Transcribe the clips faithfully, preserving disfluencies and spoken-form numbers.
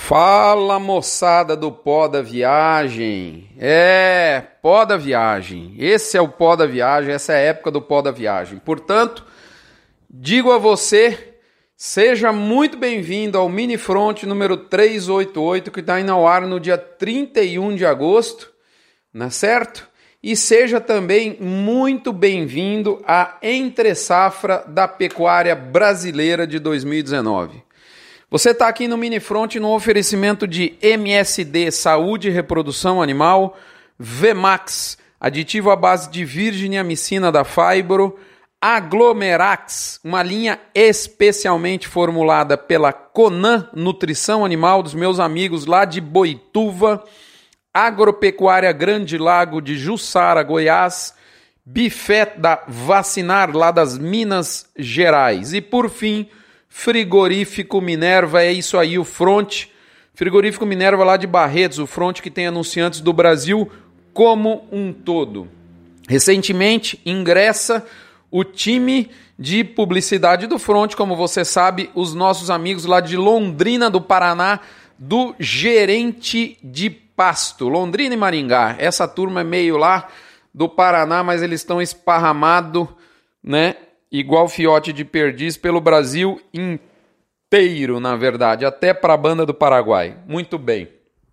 Fala, moçada do Pó da Viagem. É, Pó da Viagem. Esse é o Pó da Viagem, essa é a época do Pó da Viagem. Portanto, digo a você, seja muito bem-vindo ao Mini Front número trezentos e oitenta e oito, que está indo ao ar no dia trinta e um de agosto, não é certo? E seja também muito bem-vindo à Entre Safra da Pecuária Brasileira de dois mil e dezenove. Você está aqui no Mini Front no oferecimento de M S D Saúde e Reprodução Animal, V-Max, aditivo à base de virgem amicina da Fibro, Aglomerax, uma linha especialmente formulada pela Conan Nutrição Animal, dos meus amigos lá de Boituva, Agropecuária Grande Lago de Jussara, Goiás, Bifet da Vacinar, lá das Minas Gerais. E por fim, Frigorífico Minerva, é isso aí, o Front. Frigorífico Minerva lá de Barretos, o Front que tem anunciantes do Brasil como um todo. Recentemente ingressa o time de publicidade do Front, como você sabe, os nossos amigos lá de Londrina do Paraná, do Gerente de Pasto, Londrina e Maringá. Essa turma é meio lá do Paraná, mas eles estão esparramados, né? Igual fiote de perdiz pelo Brasil inteiro, na verdade, até para a banda do Paraguai. Muito bem.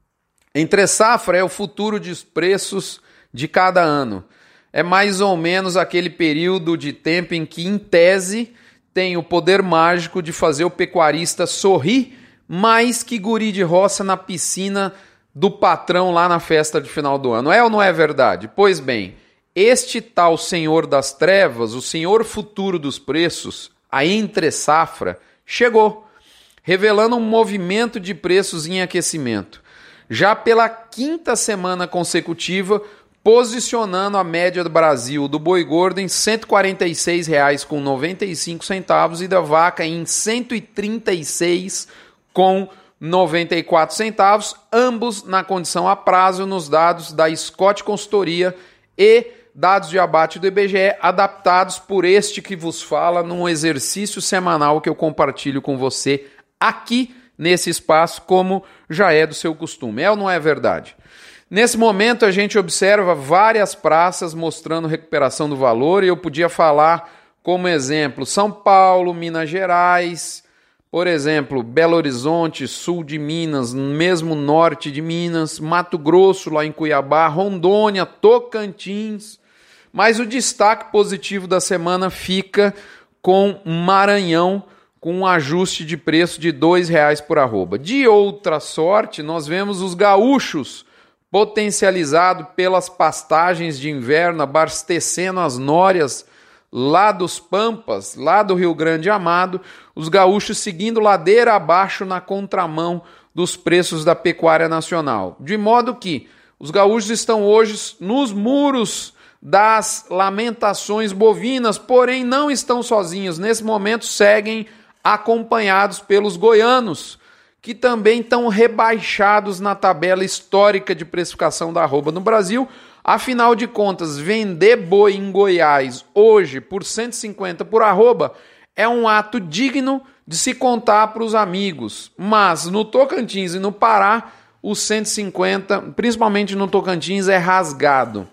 Entre safra é o futuro dos preços de cada ano. É mais ou menos aquele período de tempo em que, em tese, tem o poder mágico de fazer o pecuarista sorrir mais que guri de roça na piscina do patrão lá na festa de final do ano. É ou não é verdade? Pois bem, este tal senhor das trevas, o senhor futuro dos preços, a entre safra, chegou, revelando um movimento de preços em aquecimento. Já pela quinta semana consecutiva, posicionando a média do Brasil do boi gordo em cento e quarenta e seis reais com noventa e cinco centavos e da vaca em cento e trinta e seis reais com noventa e quatro centavos, ambos na condição a prazo nos dados da Scott Consultoria e dados de abate do I B G E, adaptados por este que vos fala num exercício semanal que eu compartilho com você aqui nesse espaço, como já é do seu costume. É ou não é verdade? Nesse momento a gente observa várias praças mostrando recuperação do valor e eu podia falar como exemplo São Paulo, Minas Gerais, por exemplo, Belo Horizonte, sul de Minas, mesmo norte de Minas, Mato Grosso, lá em Cuiabá, Rondônia, Tocantins. Mas o destaque positivo da semana fica com Maranhão, com um ajuste de preço de dois reais por arroba. De outra sorte, nós vemos os gaúchos potencializados pelas pastagens de inverno, abastecendo as nórias lá dos Pampas, lá do Rio Grande Amado, os gaúchos seguindo ladeira abaixo na contramão dos preços da pecuária nacional. De modo que os gaúchos estão hoje nos muros das lamentações bovinas, porém não estão sozinhos. Nesse momento seguem acompanhados pelos goianos, que também estão rebaixados na tabela histórica de precificação da arroba no Brasil. Afinal de contas, vender boi em Goiás hoje por cento e cinquenta por arroba é um ato digno de se contar para os amigos. Mas no Tocantins e no Pará, os cento e cinquenta, principalmente no Tocantins, é rasgado.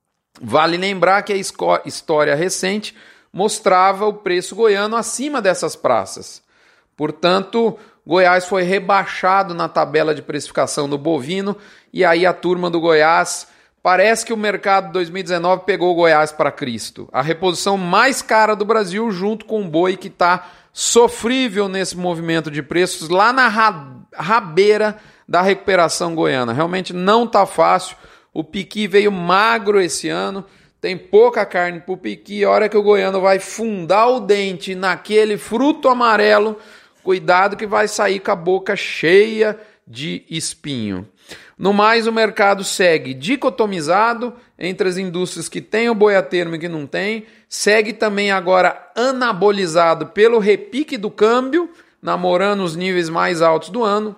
Vale lembrar que a história recente mostrava o preço goiano acima dessas praças. Portanto, Goiás foi rebaixado na tabela de precificação do bovino e aí a turma do Goiás, parece que o mercado de dois mil e dezenove pegou o Goiás para Cristo. A reposição mais cara do Brasil junto com o boi que está sofrível nesse movimento de preços lá na rabeira da recuperação goiana. Realmente não está fácil. O piqui veio magro esse ano, tem pouca carne para o piqui. A hora que o goiano vai fundar o dente naquele fruto amarelo, cuidado que vai sair com a boca cheia de espinho. No mais, o mercado segue dicotomizado entre as indústrias que têm o boi a termo e que não tem. Segue também agora anabolizado pelo repique do câmbio, namorando os níveis mais altos do ano.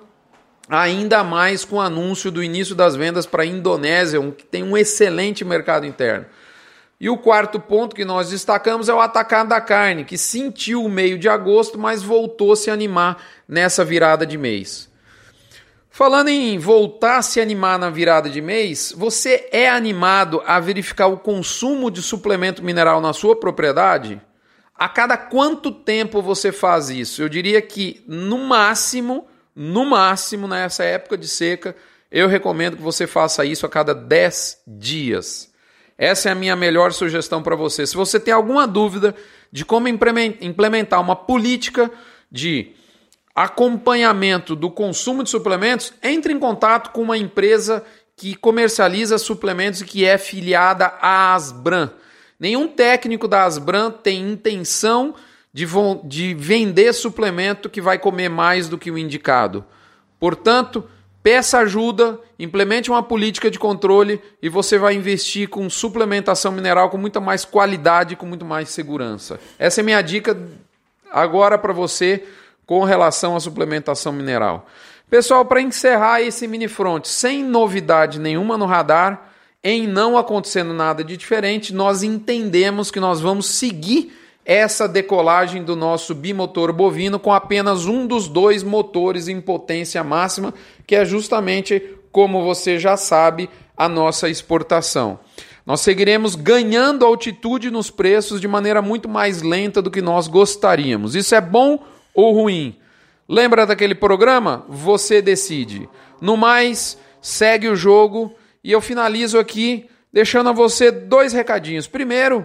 Ainda mais com o anúncio do início das vendas para a Indonésia, que tem um excelente mercado interno. E o quarto ponto que nós destacamos é o atacado da carne, que sentiu o meio de agosto, mas voltou a se animar nessa virada de mês. Falando em voltar a se animar na virada de mês, você é animado a verificar o consumo de suplemento mineral na sua propriedade? A cada quanto tempo você faz isso? Eu diria que no máximo, no máximo nessa época de seca, eu recomendo que você faça isso a cada dez dias. Essa é a minha melhor sugestão para você. Se você tem alguma dúvida de como implementar uma política de acompanhamento do consumo de suplementos, entre em contato com uma empresa que comercializa suplementos e que é filiada à Asbram. Nenhum técnico da Asbram tem intenção de, de vender suplemento que vai comer mais do que o indicado. Portanto, peça ajuda, implemente uma política de controle e você vai investir com suplementação mineral com muita mais qualidade e com muito mais segurança. Essa é a minha dica agora para você com relação à suplementação mineral. Pessoal, para encerrar esse mini front, sem novidade nenhuma no radar, em não acontecendo nada de diferente, nós entendemos que nós vamos seguir essa decolagem do nosso bimotor bovino com apenas um dos dois motores em potência máxima, que é justamente, como você já sabe, a nossa exportação. Nós seguiremos ganhando altitude nos preços de maneira muito mais lenta do que nós gostaríamos. Isso é bom ou ruim? Lembra daquele programa? Você decide. No mais, segue o jogo. E eu finalizo aqui deixando a você dois recadinhos. Primeiro,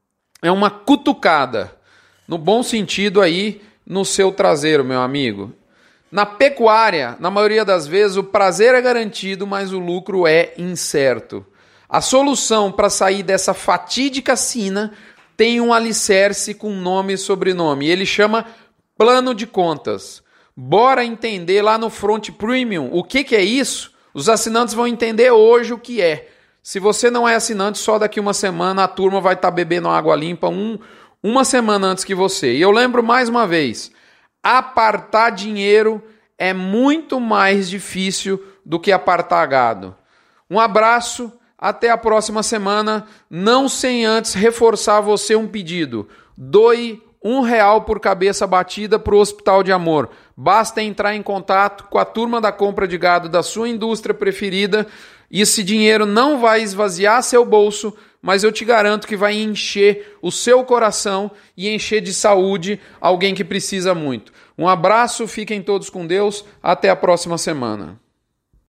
é uma cutucada, no bom sentido aí, no seu traseiro, meu amigo. Na pecuária, na maioria das vezes, o prazer é garantido, mas o lucro é incerto. A solução para sair dessa fatídica sina tem um alicerce com nome e sobrenome. Ele chama plano de contas. Bora entender lá no Front Premium o que, que é isso? Os assinantes vão entender hoje o que é. Se você não é assinante, só daqui uma semana a turma vai estar tá bebendo água limpa um, uma semana antes que você. E eu lembro mais uma vez, apartar dinheiro é muito mais difícil do que apartar gado. Um abraço, até a próxima semana, não sem antes reforçar você um pedido. Doe um real por cabeça batida para o Hospital de Amor. Basta entrar em contato com a turma da compra de gado da sua indústria preferida. Esse dinheiro não vai esvaziar seu bolso, mas eu te garanto que vai encher o seu coração e encher de saúde alguém que precisa muito. Um abraço, fiquem todos com Deus, até a próxima semana.